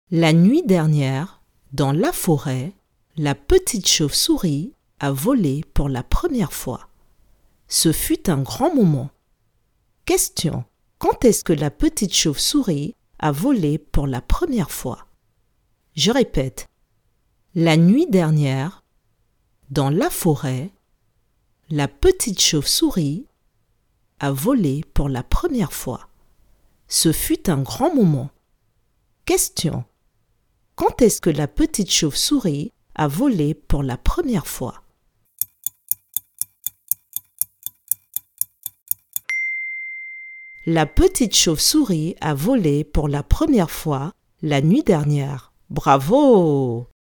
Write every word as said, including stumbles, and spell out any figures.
La nuit dernière, dans la forêt, la petite chauve-souris a volé pour la première fois. Ce fut un grand moment. Question: quand est-ce que la petite chauve-souris a volé pour la première fois? Je répète. La nuit dernière, dans la forêt, la petite chauve-souris a volé pour la première fois. Ce fut un grand moment. Question: quand est-ce que la petite chauve-souris a volé pour la première fois? La petite chauve-souris a volé pour la première fois la nuit dernière. Bravo!